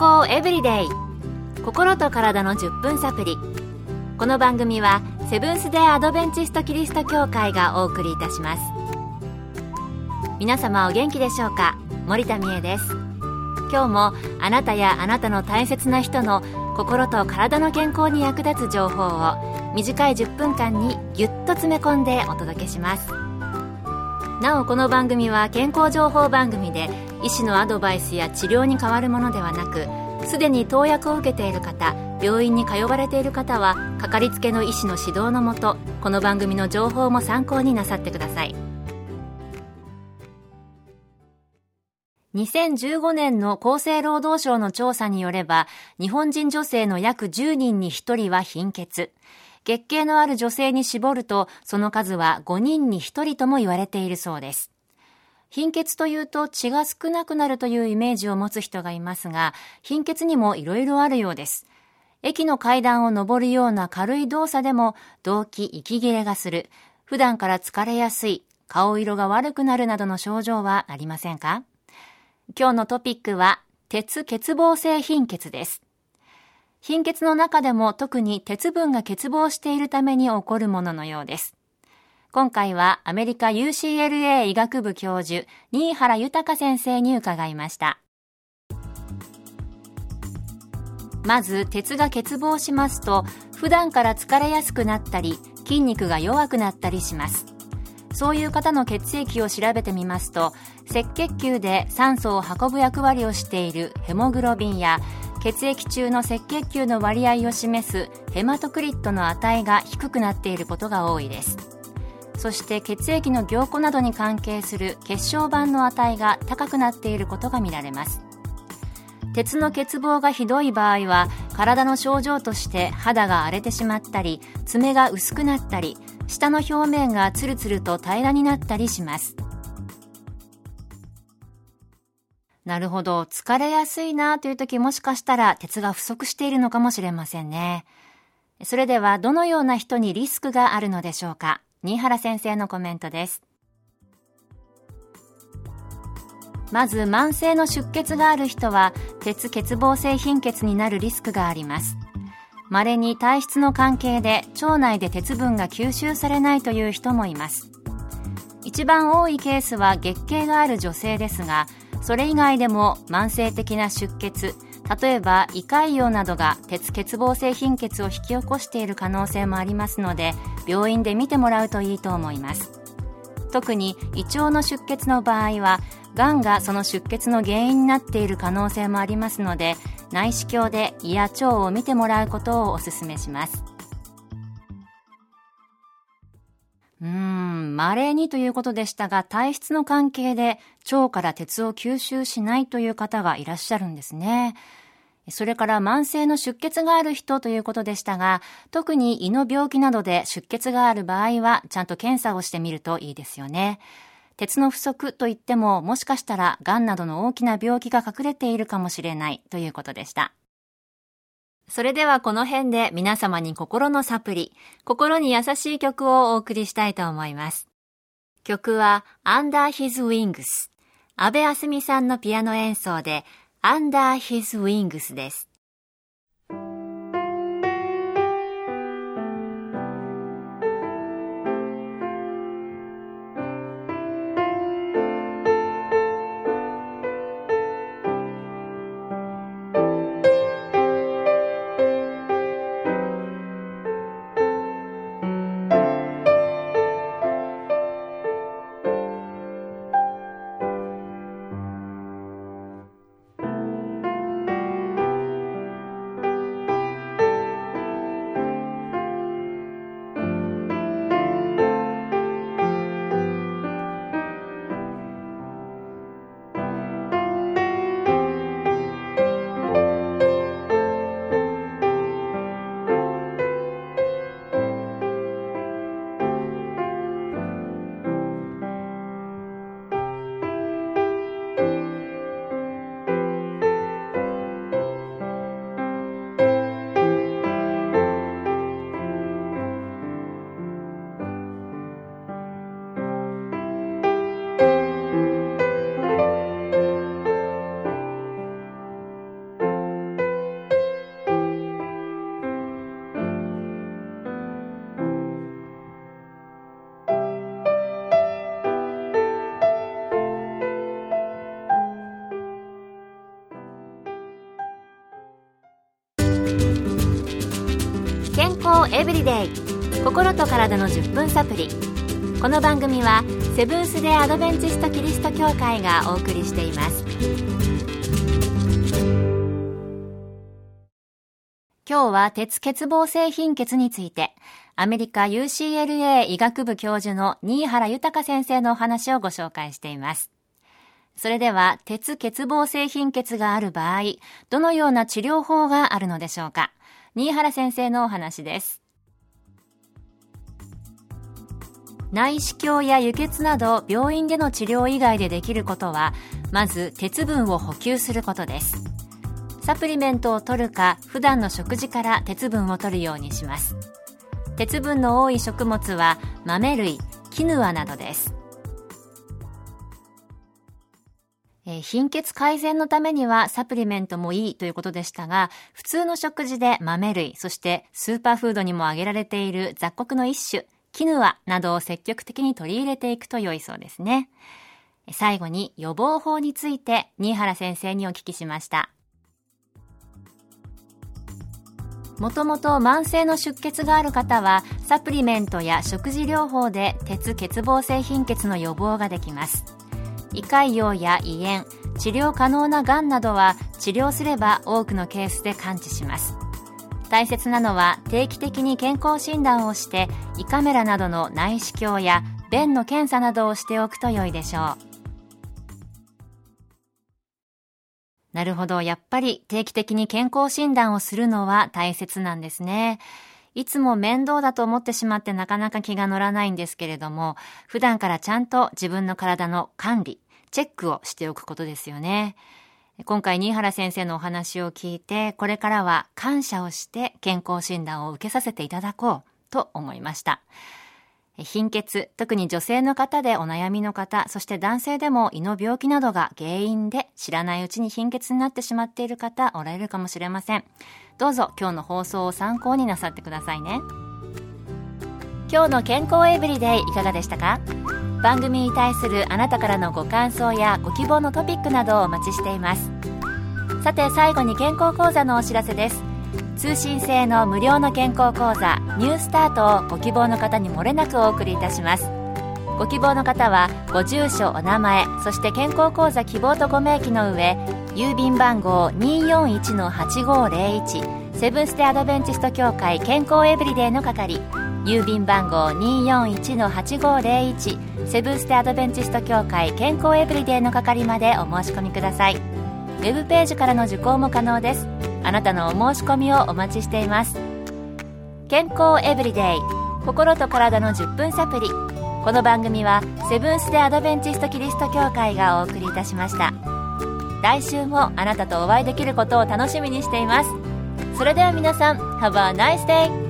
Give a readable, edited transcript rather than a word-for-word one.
康エブリデイ、心と体の10分サプリ。この番組はセブンス・デー・アドベンチスト・キリスト教会がお送りいたします。皆様お元気でしょうか。森田美恵です。今日もあなたやあなたの大切な人の心と体の健康に役立つ情報を短い10分間にぎゅっと詰め込んでお届けします。なおこの番組は健康情報番組で医師のアドバイスや治療に代わるものではなく、すでに投薬を受けている方、病院に通われている方はかかりつけの医師の指導のもと、この番組の情報も参考になさってください。2015年の厚生労働省の調査によれば、日本人女性の約10人に1人は貧血。月経のある女性に絞ると、その数は5人に1人とも言われているそうです。貧血というと血が少なくなるというイメージを持つ人がいますが、貧血にもいろいろあるようです。駅の階段を上るような軽い動作でも動悸、息切れがする、普段から疲れやすい、顔色が悪くなるなどの症状はありませんか？今日のトピックは鉄欠乏性貧血です。貧血の中でも特に鉄分が欠乏しているために起こるもののようです。今回はアメリカ UCLA 医学部教授新原豊先生に伺いました。まず鉄が欠乏しますと、普段から疲れやすくなったり筋肉が弱くなったりします。そういう方の血液を調べてみますと、赤血球で酸素を運ぶ役割をしているヘモグロビンや血液中の赤血球の割合を示すヘマトクリットの値が低くなっていることが多いです。そして血液の凝固などに関係する血小板の値が高くなっていることが見られます。鉄の欠乏がひどい場合は、体の症状として肌が荒れてしまったり、爪が薄くなったり、舌の表面がツルツルと平らになったりします。なるほど、疲れやすいなという時、もしかしたら鉄が不足しているのかもしれませんね。それではどのような人にリスクがあるのでしょうか。新原先生のコメントです。まず慢性の出血がある人は鉄欠乏性貧血になるリスクがあります。稀に体質の関係で腸内で鉄分が吸収されないという人もいます。一番多いケースは月経がある女性ですが、それ以外でも慢性的な出血、例えば胃潰瘍などが鉄欠乏性貧血を引き起こしている可能性もありますので、病院で見てもらうといいと思います。特に胃腸の出血の場合は、がんがその出血の原因になっている可能性もありますので、内視鏡で胃や腸を見てもらうことをお勧めします。稀にということでしたが、体質の関係で腸から鉄を吸収しないという方がいらっしゃるんですね。それから慢性の出血がある人ということでしたが、特に胃の病気などで出血がある場合はちゃんと検査をしてみるといいですよね。鉄の不足といっても、もしかしたらがんなどの大きな病気が隠れているかもしれないということでした。それではこの辺で皆様に心のサプリ、心に優しい曲をお送りしたいと思います。曲は Under His Wings、 阿部あすみさんのピアノ演奏で Under His Wings です。 エブリデイ心と体の10分サプリ。この番組はセブンス・デ・アドベンチスト・キリスト教会がお送りしています。今日は鉄欠乏性貧血について、アメリカ UCLA 医学部教授の新原豊先生のお話をご紹介しています。それでは鉄欠乏性貧血がある場合、どのような治療法があるのでしょうか。新原先生のお話です。内視鏡や輸血など病院での治療以外でできることは、まず鉄分を補給することです。サプリメントを摂るか、普段の食事から鉄分を摂るようにします。鉄分の多い食物は豆類、キヌアなどです。貧血改善のためにはサプリメントもいいということでしたが、普通の食事で豆類、そしてスーパーフードにも挙げられている雑穀の一種、キヌアなどを積極的に取り入れていくと良いそうですね。最後に予防法について新原先生にお聞きしました。もともと慢性の出血がある方は、サプリメントや食事療法で鉄欠乏性貧血の予防ができます。胃潰瘍や胃炎、治療可能ながんなどは治療すれば多くのケースで完治します。大切なのは定期的に健康診断をして胃カメラなどの内視鏡や便の検査などをしておくと良いでしょう。なるほど、やっぱり定期的に健康診断をするのは大切なんですね。いつも面倒だと思ってしまってなかなか気が乗らないんですけれども、普段からちゃんと自分の体の管理、チェックをしておくことですよね。今回新原先生のお話を聞いて、これからは感謝をして健康診断を受けさせていただこうと思いました。貧血、特に女性の方でお悩みの方、そして男性でも胃の病気などが原因で知らないうちに貧血になってしまっている方おられるかもしれません。どうぞ今日の放送を参考になさってくださいね。今日の健康エブリデイいかがでしたか？番組に対するあなたからのご感想やご希望のトピックなどをお待ちしています。さて最後に健康講座のお知らせです。通信制の無料の健康講座ニュースタートをご希望の方に漏れなくお送りいたします。ご希望の方はご住所、お名前、そして健康講座希望とご明記の上、郵便番号 241-8501 セブンステアドベンチスト協会健康エブリデイの係、郵便番号 241-8501 セブンステアドベンチスト協会健康エブリデイの係までお申し込みください。ウェブページからの受講も可能です。あなたのお申し込みをお待ちしています。健康エブリデイ、心と体の10分サプリ。この番組はセブンス・デ・アドベンチスト・キリスト教会がお送りいたしました。来週もあなたとお会いできることを楽しみにしています。それでは皆さん、Have a nice day!